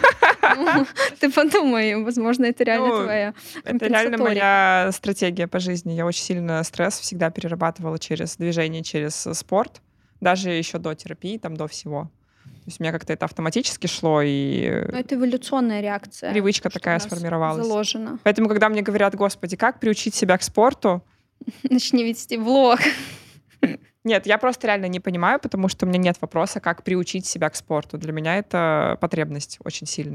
Ну, ты подумай, возможно, это реально ну, твоя это реально моя стратегия по жизни. Я очень сильно стресс всегда перерабатывала через движение, через спорт, даже еще до терапии, там, до всего. То есть у меня как-то это автоматически шло, и... Но это эволюционная реакция. Привычка такая сформировалась. Заложена. Поэтому, когда мне говорят, господи, как приучить себя к спорту? Начни вести влог. Нет, я просто реально не понимаю, потому что у меня нет вопроса, как приучить себя к спорту. Для меня это потребность очень сильная.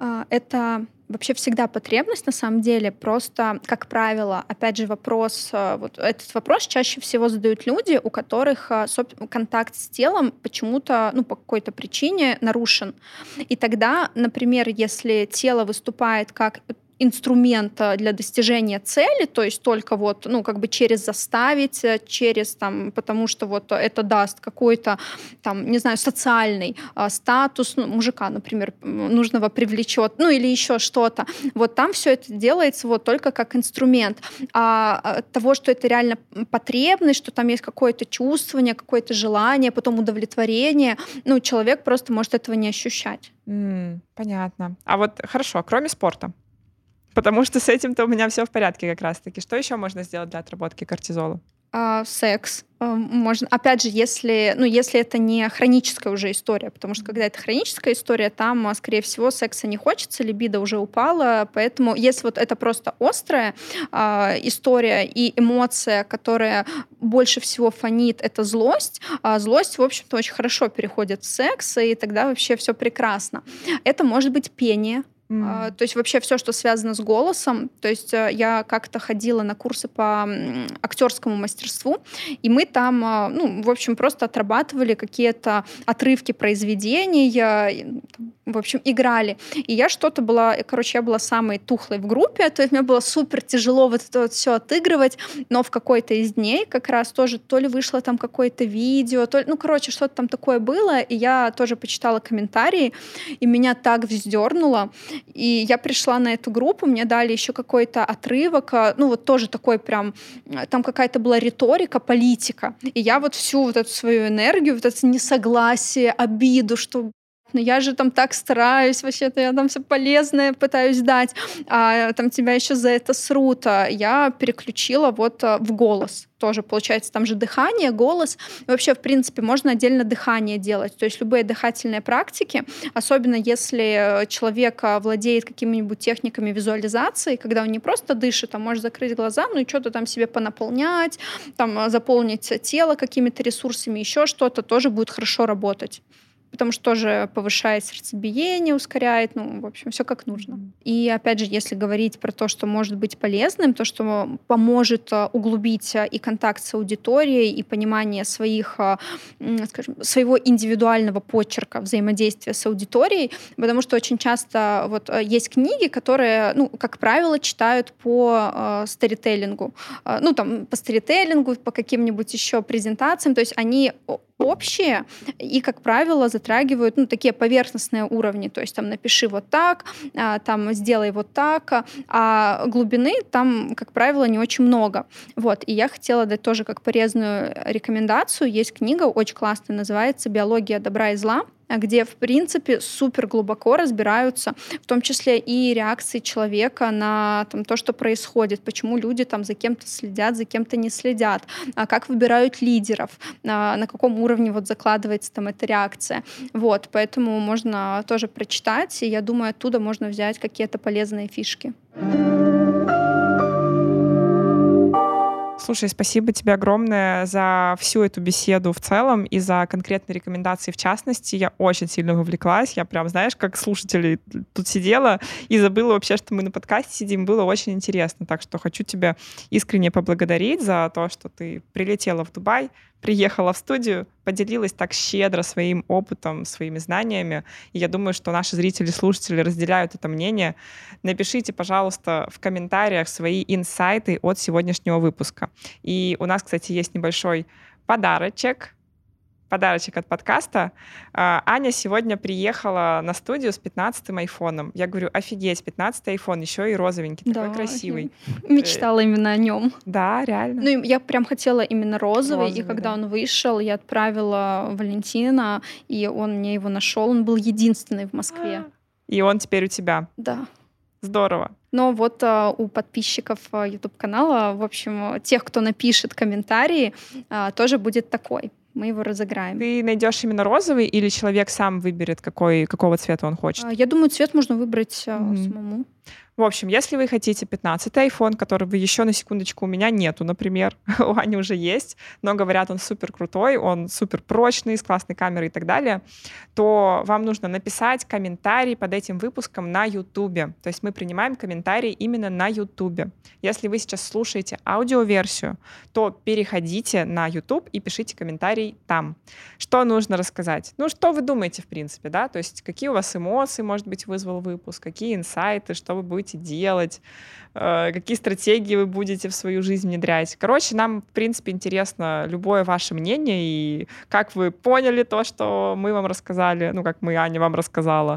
А, Это вообще всегда потребность, на самом деле. Просто, как правило, опять же, вопрос, э, вот этот вопрос чаще всего задают люди, у которых э, соб- контакт с телом почему-то, ну, по какой-то причине нарушен. И тогда, например, если тело выступает как инструмент э, для достижения цели, то есть только вот, ну, как бы через заставить, э, через там, потому что вот это даст какой-то там, не знаю, социальный э, статус, ну, мужика, например, м, нужного привлечет, ну, или еще что-то. Вот там все это делается вот только как инструмент. А от того, что это реально потребность, что там есть какое-то чувствование, какое-то желание, потом удовлетворение, ну, человек просто может этого не ощущать. М, понятно. А вот хорошо, кроме спорта, потому что с этим-то у меня все в порядке как раз-таки. Что еще можно сделать для отработки кортизола? А, секс. А, Можно, опять же, если, ну, если это не хроническая уже история, потому что когда это хроническая история, там, а, скорее всего, секса не хочется, либидо уже упала, поэтому если вот это просто острая а, история и эмоция, которая больше всего фонит, это злость, а злость, в общем-то, очень хорошо переходит в секс, и тогда вообще все прекрасно. Это может быть пение. А, М, То есть вообще все, что связано с голосом. То есть э, я как-то ходила на курсы по м, актерскому мастерству, и мы там, а, ну, в общем, просто отрабатывали какие-то отрывки произведений, а, и, там, в общем, играли. И я что-то была, э, короче, я была самой тухлой в группе, то есть мне было супер тяжело вот это вот все отыгрывать, но в какой-то из дней как раз тоже то ли вышло там какое-то видео, то ли, ну, короче, что-то там такое было, и я тоже почитала комментарии, и меня так вздернуло. И я пришла на эту группу, мне дали еще какой-то отрывок, а, ну вот тоже такой прям, а, там какая-то была риторика, политика. И я вот всю вот эту свою энергию, вот это несогласие, обиду, что но я же там так стараюсь, вообще-то я там все полезное пытаюсь дать, а там тебя еще за это срут. А я переключила вот а, в голос. Тоже получается там же дыхание, голос. И вообще, в принципе, можно отдельно дыхание делать. То есть любые дыхательные практики, особенно если э, человек а, владеет какими-нибудь техниками визуализации, когда он не просто дышит, а может закрыть глаза, ну и что-то там себе понаполнять, там а, заполнить тело какими-то ресурсами, еще что-то, тоже будет хорошо работать. Потому что тоже повышает сердцебиение, ускоряет, ну, в общем, все как нужно. И опять же, если говорить про то, что может быть полезным, то, что поможет а, углубить а, и контакт с аудиторией, и понимание своих, а, м, скажем, своего индивидуального почерка взаимодействия с аудиторией, потому что очень часто вот а, есть книги, которые, ну, как правило, читают по а, сторителлингу, А, ну, там, по сторителлингу, по каким-нибудь еще презентациям, то есть они о- общие и, как правило, затрагивают, ну, такие поверхностные уровни, то есть там напиши вот так, а, там сделай вот так, а, а глубины там, как правило, не очень много. Вот, и я хотела дать тоже как полезную рекомендацию. Есть книга очень классная, называется «Биология добра и зла», где, в принципе, супер глубоко разбираются, в том числе и реакции человека на там, то, что происходит, почему люди там за кем-то следят, за кем-то не следят, а как выбирают лидеров, а, на каком уровне вот закладывается там эта реакция. Вот, поэтому можно тоже прочитать, и я думаю, оттуда можно взять какие-то полезные фишки. Слушай, спасибо тебе огромное за всю эту беседу в целом и за конкретные рекомендации в частности. Я очень сильно вовлеклась. Я прям, знаешь, как слушатель тут сидела и забыла вообще, что мы на подкасте сидим. Было очень интересно. Так что хочу тебя искренне поблагодарить за то, что ты прилетела в Дубай, приехала в студию, поделилась так щедро своим опытом, своими знаниями. И я думаю, что наши зрители, слушатели разделяют это мнение. Напишите, пожалуйста, в комментариях свои инсайты от сегодняшнего выпуска. И у нас, кстати, есть небольшой подарочек. Подарочек от подкаста. А, Аня сегодня приехала на студию с пятнадцатым айфоном. Я говорю, офигеть, пятнадцатый айфон, еще и розовенький, такой Да, красивый. я мечтала именно о нем. Да, реально. Ну, и я прям хотела именно розовый, и Розовый, когда да. он вышел, я отправила Валентина, и он мне его нашел. Он был единственный в Москве. И он теперь у тебя. Да. Здорово. Но вот а, у подписчиков а, YouTube-канала, в общем, тех, кто напишет комментарии, а, тоже будет такой. Мы его разыграем. Ты найдешь именно розовый или человек сам выберет, какой, какого цвета он хочет? А, Я думаю, цвет можно выбрать а, Мгм. самому. В общем, если вы хотите пятнадцатый iPhone, которого еще на секундочку у меня нету, например, у Ани уже есть, но говорят, он супер крутой, он супер прочный, с классной камерой и так далее, то вам нужно написать комментарий под этим выпуском на YouTube. То есть мы принимаем комментарии именно на YouTube. Если вы сейчас слушаете аудиоверсию, то переходите на YouTube и пишите комментарий там. Что нужно рассказать? Ну, что вы думаете, в принципе, да? То есть какие у вас эмоции, может быть, вызвал выпуск, какие инсайты, что вы будете делать, э, какие стратегии вы будете в свою жизнь внедрять. Короче, нам, в принципе, интересно любое ваше мнение и как вы поняли то, что мы вам рассказали, ну, как мы, Аня, вам рассказала,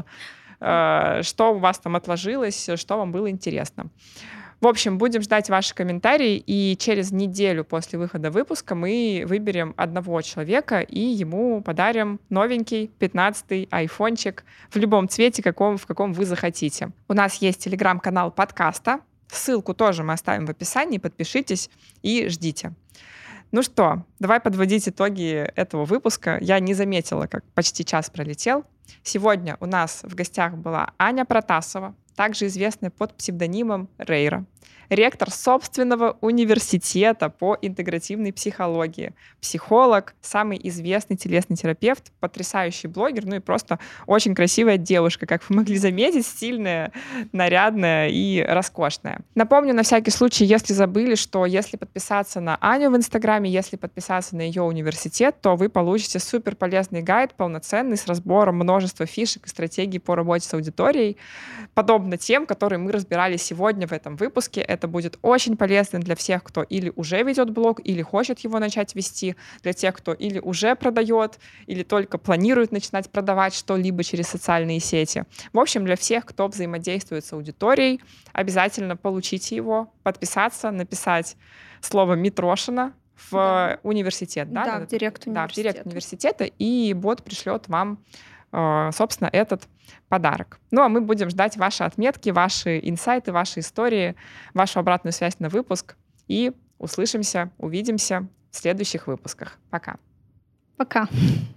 э, что у вас там отложилось, что вам было интересно. В общем, будем ждать ваши комментарии, и через неделю после выхода выпуска мы выберем одного человека и ему подарим новенький пятнадцатый айфончик в любом цвете, каком, в каком вы захотите. У нас есть телеграм-канал подкаста, ссылку тоже мы оставим в описании, подпишитесь и ждите. Ну что, давай подводить итоги этого выпуска. Я не заметила, как почти час пролетел. Сегодня у нас в гостях была Аня Протасова, также известная под псевдонимом Рейра, ректор собственного университета по интегративной психологии, психолог, самый известный телесный терапевт, потрясающий блогер, ну и просто очень красивая девушка, как вы могли заметить, стильная, нарядная и роскошная. Напомню на всякий случай, если забыли, что если подписаться на Аню в Инстаграме, если подписаться на ее университет, то вы получите супер полезный гайд, полноценный, с разбором множества фишек и стратегий по работе с аудиторией, подобно тем, которые мы разбирали сегодня в этом выпуске. Это будет очень полезно для всех, кто или уже ведет блог, или хочет его начать вести, для тех, кто или уже продает, или только планирует начинать продавать что-либо через социальные сети. В общем, для всех, кто взаимодействует с аудиторией, обязательно получите его, подписаться, написать слово «Митрошина» в да. университет. Да, да в директ университета. Да, в директ университета, и бот пришлет вам, собственно, этот подарок. Ну, а мы будем ждать ваши отметки, ваши инсайты, ваши истории, вашу обратную связь на выпуск. И услышимся, увидимся в следующих выпусках. Пока. Пока.